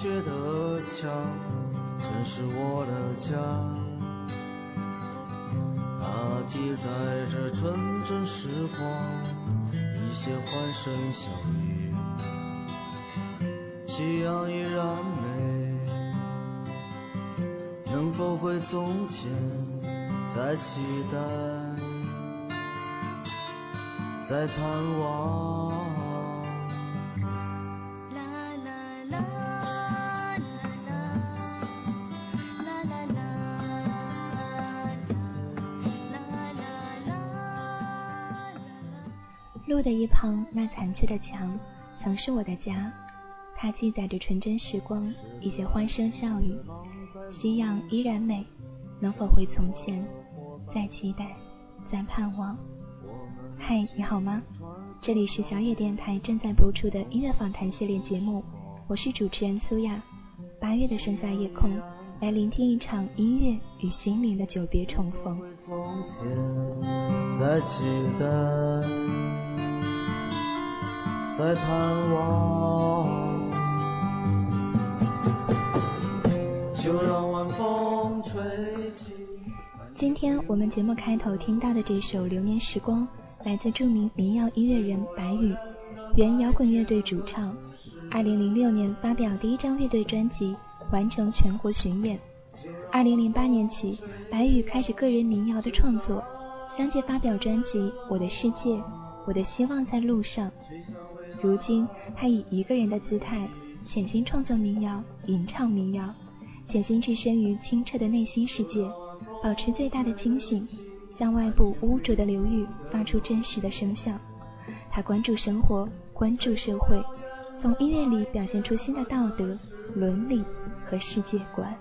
觉得家曾是我的家，它记载着纯真时光，一些欢声笑语，夕阳依然美，能否回从前，在期待，在盼望。 路的一旁，那残缺的墙曾是我的家，它记载着纯真时光，一些欢声笑语，夕阳依然美，能否回从前，在期待，在盼望。嗨，你好吗？这里是小野电台正在播出的音乐访谈系列节目，我是主持人苏亚。8月的盛夏夜空，来聆听一场音乐与心灵的久别重逢。 在期待，在盼望，就让晚风吹起。 今天我们节目开头听到的这首《流年时光》来自著名民谣音乐人白宇，原摇滚乐队主唱，2006年发表第一张乐队专辑，完成全国巡演。2008年起，白宇开始个人民谣的创作，相继发表专辑《我的世界》《我的希望在路上》。如今他以一个人的姿态潜心创作民谣，吟唱民谣，潜心置身于清澈的内心世界，保持最大的清醒，向外部污浊的流域发出真实的声响。他关注生活，关注社会，从音乐里表现出新的道德、伦理和世界观。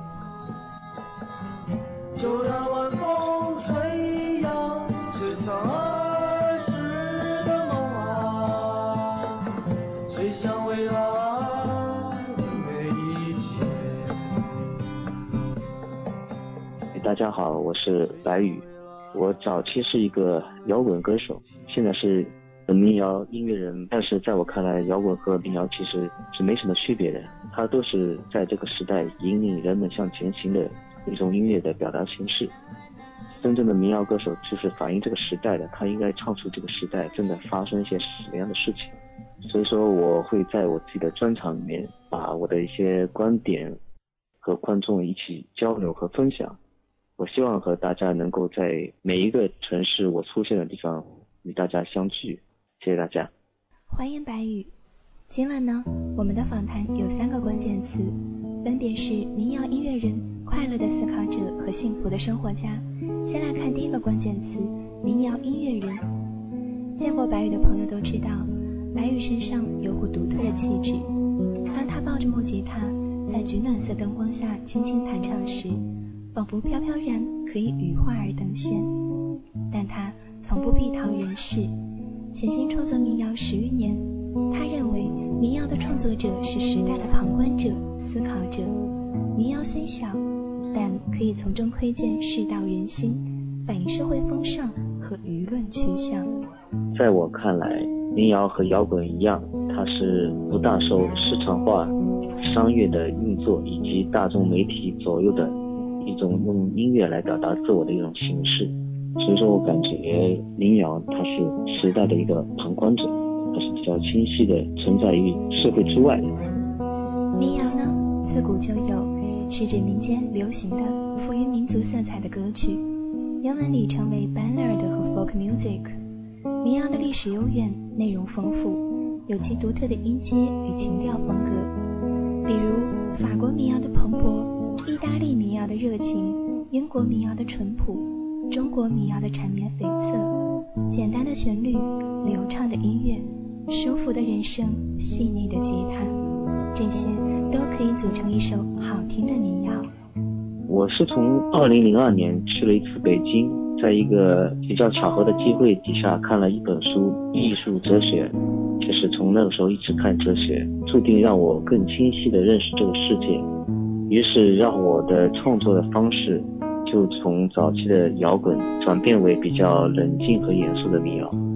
就让晚风吹扬，吹散儿时的梦啊，吹向未来的每一天。 大家好，我是白宇。我早期是一个摇滚歌手，现在是民谣音乐人，但是在我看来，摇滚和民谣其实是没什么区别的，它都是在这个时代引领人们向前行的一种音乐的表达形式。真正的民谣歌手就是反映这个时代的，他应该唱出这个时代真的发生一些什么样的事情。所以说我会在我自己的专场里面把我的一些观点和观众一起交流和分享。我希望和大家能够在每一个城市我出现的地方与大家相聚。谢谢大家。 欢迎白宇。今晚呢，我们的访谈有3个关键词，分别是民谣音乐人、快乐的思考者和幸福的生活家。先来看第一个关键词，民谣音乐人。见过白宇的朋友都知道，白宇身上有股独特的气质。当他抱着木吉他，在橘暖色灯光下轻轻弹唱时，仿佛飘飘然可以羽化而登仙。但他从不避逃人世，潜心创作民谣10余年。他认为民谣的创作者是时代的旁观者、思考者。民谣虽小，但可以从中窥见世道人心，反映社会风尚和舆论趋向。 在我看来，民谣和摇滚一样，它是不大受市场化、商业的运作以及大众媒体左右的一种用音乐来表达自我的一种形式。所以说我感觉民谣它是时代的一个旁观者，它是比较清晰的存在于社会之外的。 民谣呢，自古就有，是指民间流行的富于民族色彩的歌曲，原文里称为 ballad 和 folk music。 民谣的历史悠远，内容丰富，有其独特的音阶与情调风格，比如法国民谣的蓬勃，意大利民谣的热情，英国民谣的淳朴，中国民谣的缠绵悱恻。简单的旋律，流畅的音乐，舒服的人声，细腻的吉他，这些都可以组成一首好听的民谣。 我是从2002年去了一次北京，在一个比较巧合的机会底下看了一本书《艺术哲学》。其实从那个时候一直看哲学，注定让我更清晰地认识这个世界，于是让我的创作的方式就从早期的摇滚转变为比较冷静和严肃的民谣。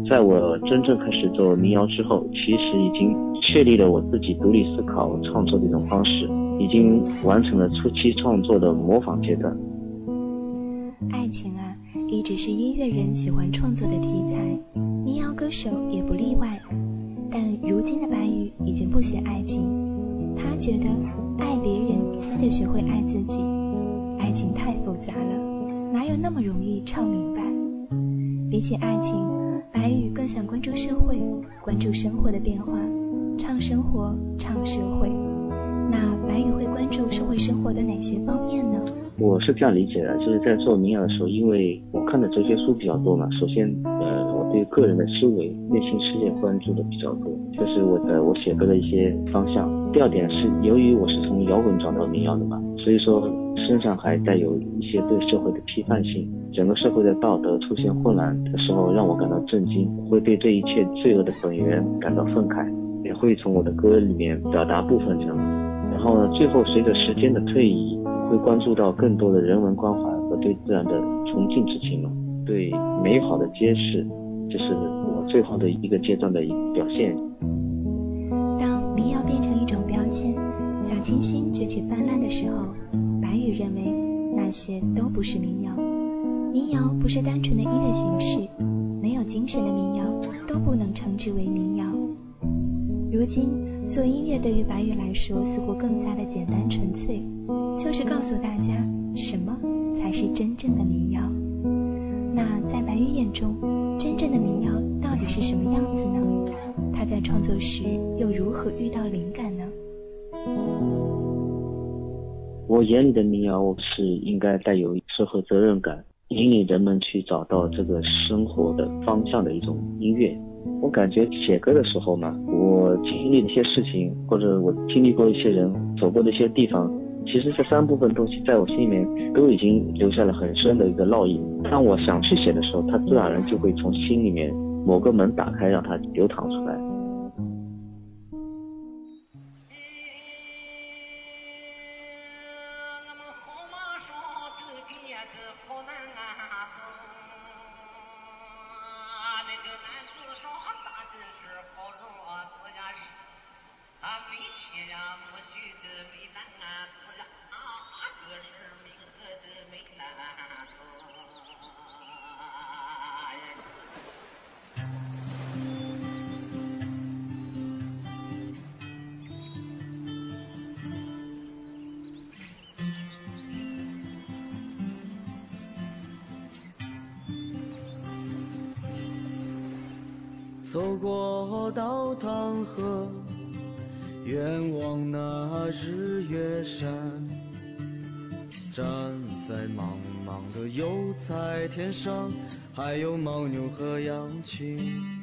在我真正开始做民谣之后，其实已经确立了我自己独立思考创作的一种方式，已经完成了初期创作的模仿阶段。 爱情啊，一直是音乐人喜欢创作的题材，民谣歌手也不例外。但如今的白宇已经不写爱情，他觉得爱别人先得学会爱自己，爱情太复杂了，哪有那么容易唱明白？比起爱情，白宇更想关注社会，关注生活的变化，唱生活，唱社会。那白宇会关注社会生活的哪些方面呢？ 我是这样理解的，就是在做民谣的时候，因为我看的哲学书比较多嘛，首先我对个人的思维、内心世界关注的比较多，这是我写歌的一些方向。第二点是，由于我是从摇滚转到民谣的嘛，所以说身上还带有一些对社会的批判性，整个社会的道德出现混乱的时候，让我感到震惊，会对这一切罪恶的本源感到愤慨，也会从我的歌里面表达部分这样。然后呢，最后随着时间的推移，会关注到更多的人文关怀和对自然的崇敬之情嘛，对美好的揭示，这是我最后的一个阶段的一个表现。 当民谣变成一种标签，小清新崛起泛滥的时候，白宇认为那些都不是民谣。民谣不是单纯的音乐形式，没有精神的民谣都不能称之为民谣。如今做音乐对于白宇来说似乎更加的简单纯粹，就是告诉大家什么才是真正的民谣。那在白宇眼中，真正的民谣到底是什么样子呢？他在创作时又如何遇到灵感呢？ 我眼里的民谣是应该带有社会责任感，引领人们去找到这个生活的方向的一种音乐。我感觉写歌的时候嘛，我经历的一些事情，或者我经历过一些人，走过的一些地方，其实这三部分东西在我心里面都已经留下了很深的一个烙印。当我想去写的时候，它自然而然就会从心里面某个门打开，让它流淌出来。 走过稻塘河，远望那日月山，站在茫茫的油菜田上，还有牦牛和羊群。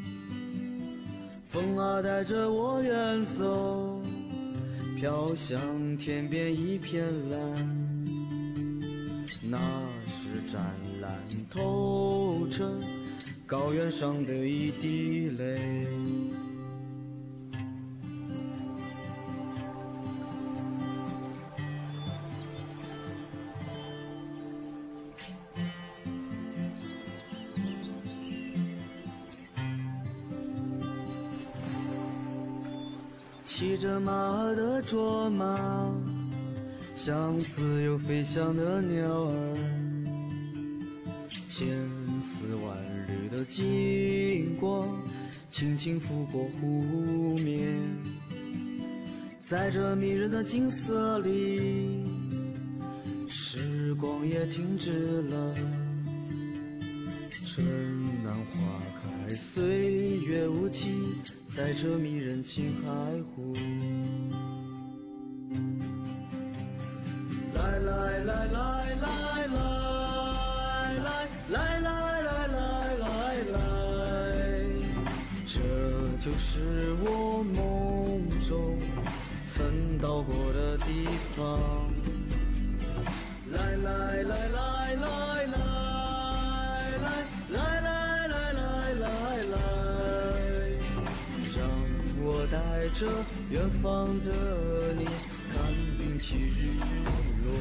风啊带着我远走，飘向天边一片蓝，那是湛蓝透彻高原上的一滴泪。骑着马的卓玛，像自由飞翔的鸟儿，千丝万缕的金光轻轻拂过湖面，在这迷人的景色里，时光也停止了，春暖花开，岁月无期，在这迷人青海湖。来来来来来来来来来来来来，这就是我梦中曾到过的地方。来来来来来来来来来来来来，让我带着远方的你看云起日落。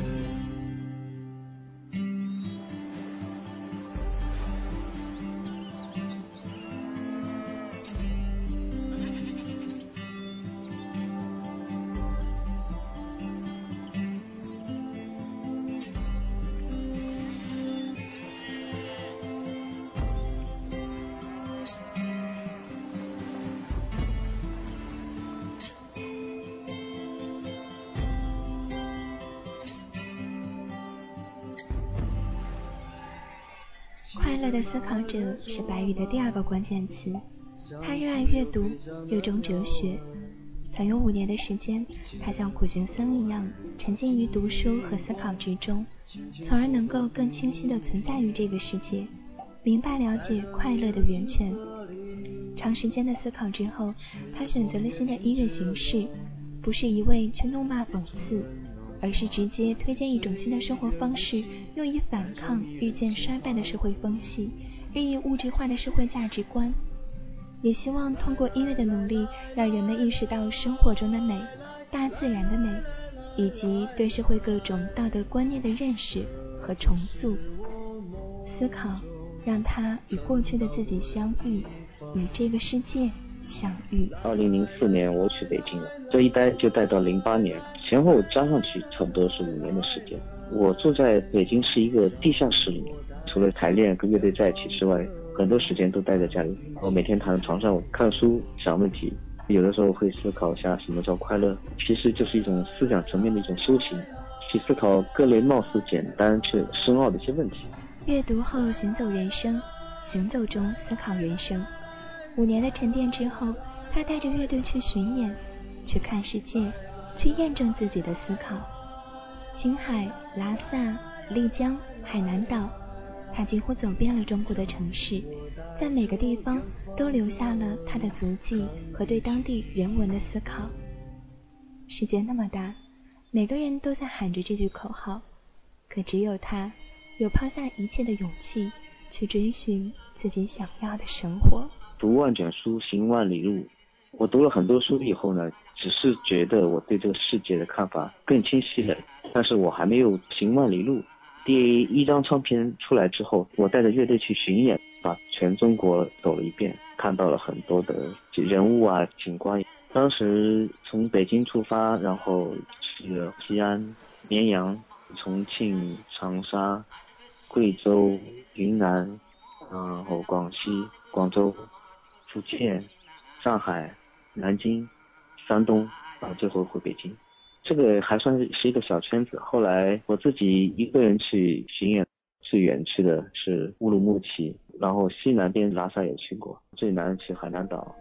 乐的思考者是白宇的第二个关键词。他热爱阅读，热衷哲学。曾有5年的时间，他像苦行僧一样沉浸于读书和思考之中，从而能够更清晰地存在于这个世界，明白了解快乐的源泉。长时间的思考之后，他选择了新的音乐形式，不是一味去怒骂讽刺，而是直接推荐一种新的生活方式，用以反抗日渐衰败的社会风气，日益物质化的社会价值观。也希望通过音乐的努力，让人们意识到生活中的美、大自然的美，以及对社会各种道德观念的认识和重塑。思考让他与过去的自己相遇，与这个世界相遇。 2004年我去北京了，这一待就待到08年，前后加上去差不多是5年的时间。我住在北京是一个地下室里面，除了排练跟乐队在一起之外，很多时间都待在家里。我每天躺在床上看书想问题，有的时候会思考一下什么叫快乐，其实就是一种思想层面的一种修行，去思考各类貌似简单却深奥的一些问题。 阅读后行走人生，行走中思考人生。5年的沉淀之后，他带着乐队去巡演，去看世界，去验证自己的思考。青海、拉萨、丽江、海南岛，他几乎走遍了中国的城市，在每个地方都留下了他的足迹和对当地人文的思考。世界那么大，每个人都在喊着这句口号，可只有他有抛下一切的勇气，去追寻自己想要的生活。 读万卷书，行万里路。我读了很多书以后呢，只是觉得我对这个世界的看法更清晰了，但是我还没有行万里路。第1张唱片出来之后，我带着乐队去巡演，把全中国走了一遍，看到了很多的人物啊、景观。当时从北京出发，然后去了西安、绵阳、重庆、长沙、贵州、云南，然后广西、广州、福建、上海、南京、山东，最后回北京。这个还算是一个小圈子。后来我自己一个人去巡演，最远去的是乌鲁木齐，然后西南边拉萨也去过，最南去海南岛。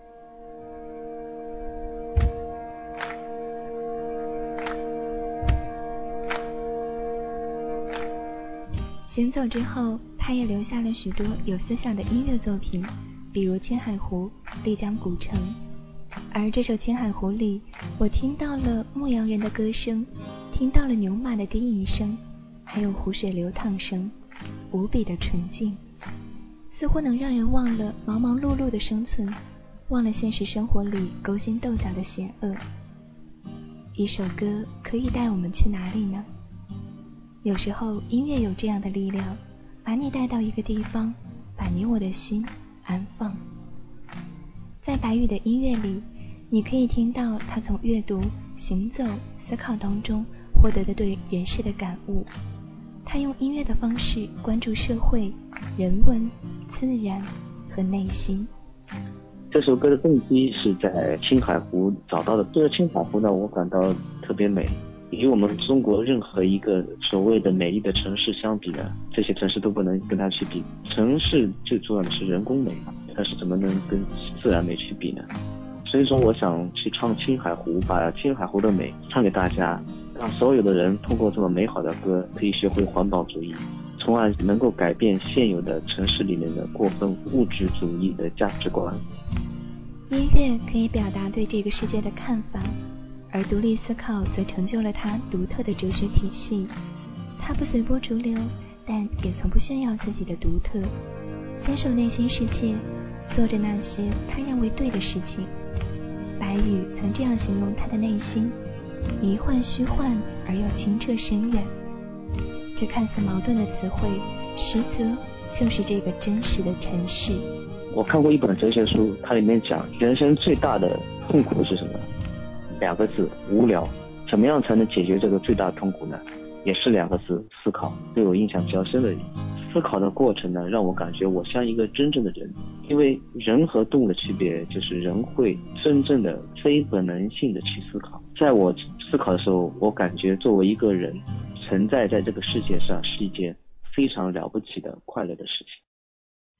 行走之后，他也留下了许多有思想的音乐作品，比如《青海湖》、《丽江古城》。而这首《青海湖》里，我听到了牧羊人的歌声，听到了牛马的低吟声，还有湖水流淌声，无比的纯净，似乎能让人忘了忙忙碌碌的生存，忘了现实生活里勾心斗角的险恶。一首歌可以带我们去哪里呢？有时候音乐有这样的力量，把你带到一个地方，把你我的心安放。在白宇的音乐里，你可以听到他从阅读、行走、思考当中获得的对人世的感悟。他用音乐的方式关注社会、人文、自然和内心。 这首歌的动机是在青海湖找到的。这个青海湖呢，我感到特别美，与我们中国任何一个所谓的美丽的城市相比呢，这些城市都不能跟它去比。城市最重要的是人工美，但是怎么能跟自然美去比呢？所以说我想去唱青海湖，把青海湖的美唱给大家，让所有的人通过这么美好的歌可以学会环保主义，从而能够改变现有的城市里面的过分物质主义的价值观。 音乐可以表达对这个世界的看法，而独立思考则成就了他独特的哲学体系。他不随波逐流，但也从不炫耀自己的独特，坚守内心世界，做着那些他认为对的事情。白宇曾这样形容他的内心：迷幻虚幻而又清澈深远。这看似矛盾的词汇，实则就是这个真实的尘世。 我看过一本哲学书，它里面讲人生最大的痛苦是什么？2个字：无聊。怎么样才能解决这个最大的痛苦呢？也是2个字：思考。对我印象比较深的思考的过程呢，让我感觉我像一个真正的人。因为人和动物的区别就是人会真正的非本能性的去思考。在我思考的时候，我感觉作为一个人存在在这个世界上是一件非常了不起的快乐的事情。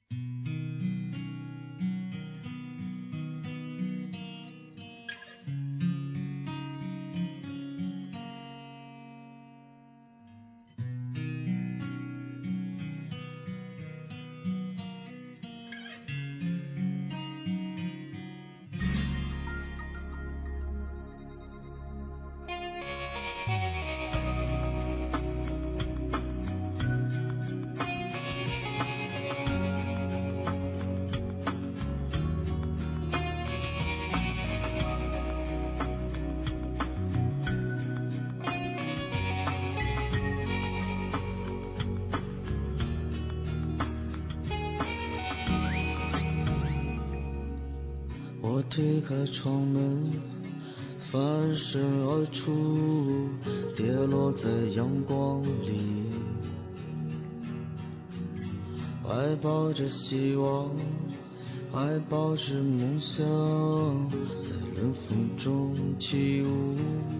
我推开窗门，翻身而出，跌落在阳光里，怀抱着希望，怀抱着梦想，在冷风中起舞。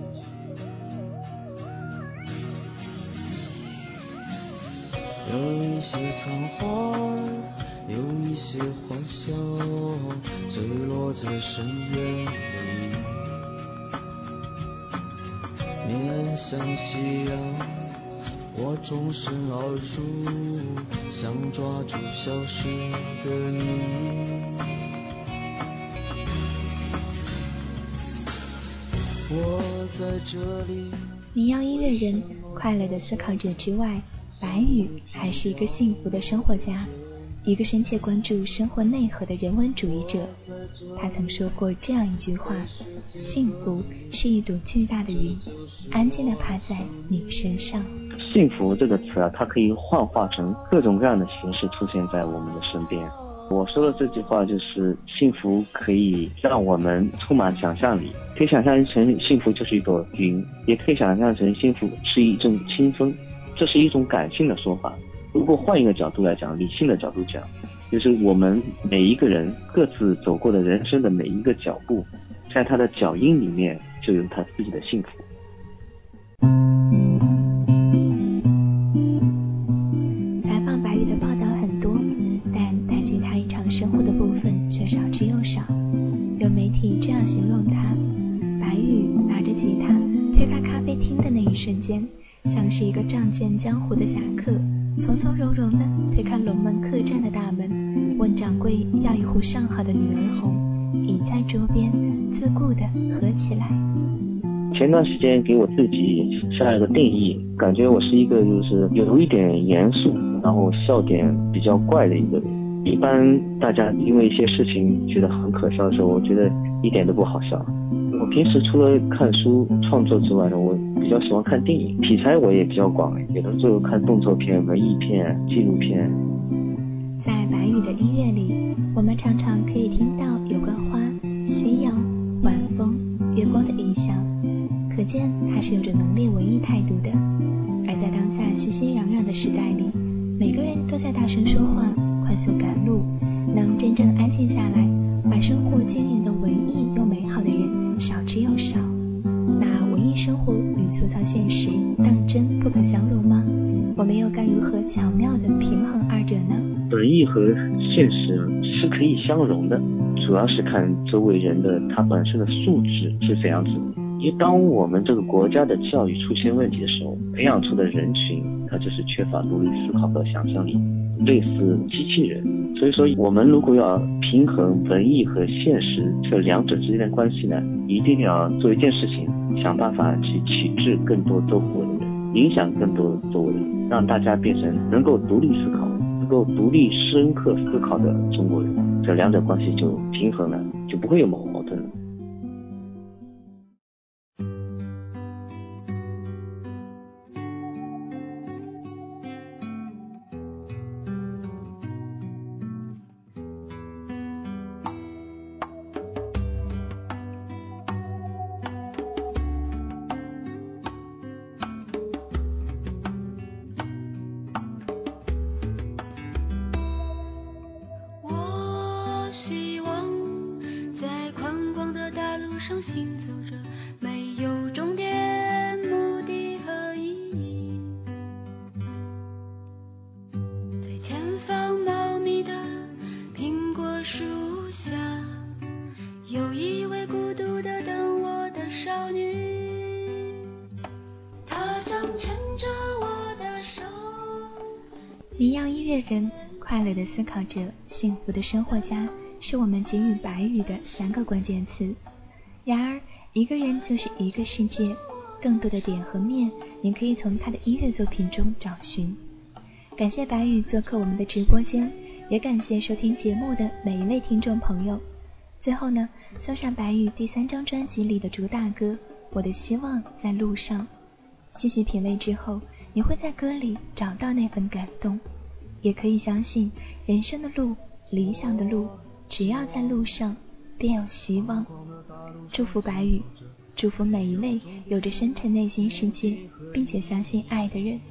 有一些残花，有一些幻想，坠落在深渊里，面向夕阳，我纵身而入，想抓住消失的你。我在这里。 民谣音乐人，快乐的思考者之外，白宇还是一个幸福的生活家，一个深切关注生活内核的人文主义者。他曾说过这样一句话：幸福是一朵巨大的云，安静地趴在你身上。 幸福这个词啊，它可以幻化成各种各样的形式出现在我们的身边。我说的这句话就是幸福可以让我们充满想象力，可以想象成幸福就是一朵云，也可以想象成幸福是一阵清风，这是一种感性的说法。如果换一个角度来讲，理性的角度讲，就是我们每一个人各自走过的人生的每一个脚步，在他的脚印里面就有他自己的幸福。 采访白宇的报道很多，但谈及他日常生活的部分却少之又少。有媒体这样形容他：白宇拿着吉他推开咖啡厅的那一瞬间，像是一个仗剑江湖的侠客，从从容容地推开龙门客栈的大门，问掌柜要一壶上好的女儿红，倚在桌边自顾地喝起来。 前段时间给我自己下一个定义，感觉我是一个就是有一点严肃，然后笑点比较怪的一个人。一般大家因为一些事情觉得很可笑的时候，我觉得一点都不好笑。我平时除了看书创作之外呢，我比较喜欢看电影，题材我也比较广，有的时候看动作片、文艺片、纪录片。 在白宇的音乐里，我们常常可以听到有关花、夕阳、晚风、月光的意象，可见他是有着浓烈文艺态度的。而在当下熙熙攘攘的时代里，每个人都在大声说话，快速赶路，能真正安静下来把生活经营的文艺又美好的人少之又少。那文艺生活与粗糙现实当真不可相容吗？我们又该如何巧妙地平衡二者呢？ 文艺和现实是可以相容的，主要是看周围人的他本身的素质是怎样子的。因为当我们这个国家的教育出现问题的时候，培养出的人群他就是缺乏独立思考和想象力，类似机器人。所以说我们如果要平衡文艺和现实这两者之间的关系呢，一定要做一件事情，想办法去启智更多周围的人，影响更多周围的人，让大家变成能够独立思考、能够独立深刻思考的中国人，这两者关系就平衡了，就不会有矛盾了。 行走着，没有终点、目的和意义。在前方茂密的有一位孤独的等我的少女，她将牵着我的手。 民谣音乐人，快乐的思考者，幸福的生活家，是我们给予白宇的3个关键词。然而，一个人就是一个世界，更多的点和面，您可以从他的音乐作品中找寻。感谢白宇做客我们的直播间，也感谢收听节目的每一位听众朋友。最后呢，送上白宇第3张专辑里的主打歌《我的希望在路上》。细细品味之后，你会在歌里找到那份感动。也可以相信，人生的路，理想的路，只要在路上，便有希望。祝福白宇，祝福每一位有着深沉内心世界并且相信爱的人。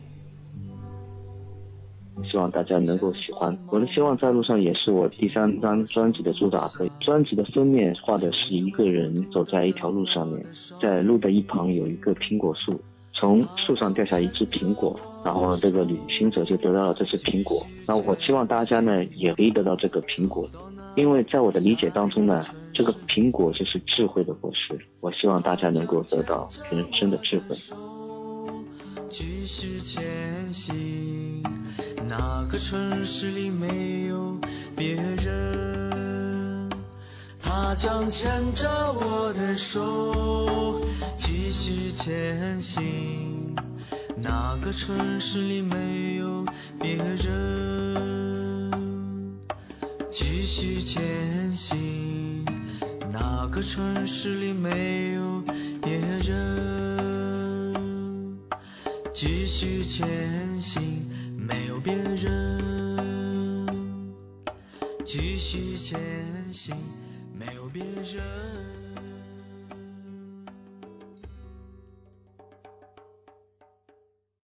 希望大家能够喜欢。我的希望在路上也是我第3张专辑的主打歌。专辑的封面画的是一个人走在一条路上面，在路的一旁有一个苹果树，从树上掉下一只苹果，然后这个旅行者就得到了这只苹果。那我希望大家呢也可以得到这个苹果，因为在我的理解当中呢，这个苹果就是智慧的果实。我希望大家能够得到人生的智慧。 继续前行，那个城市里没有别人，他将牵着我的手继续前行，那个城市里没有别人，继续前行，那个城市里没有别人，继续前行，没有别人，继续前行，没有别人。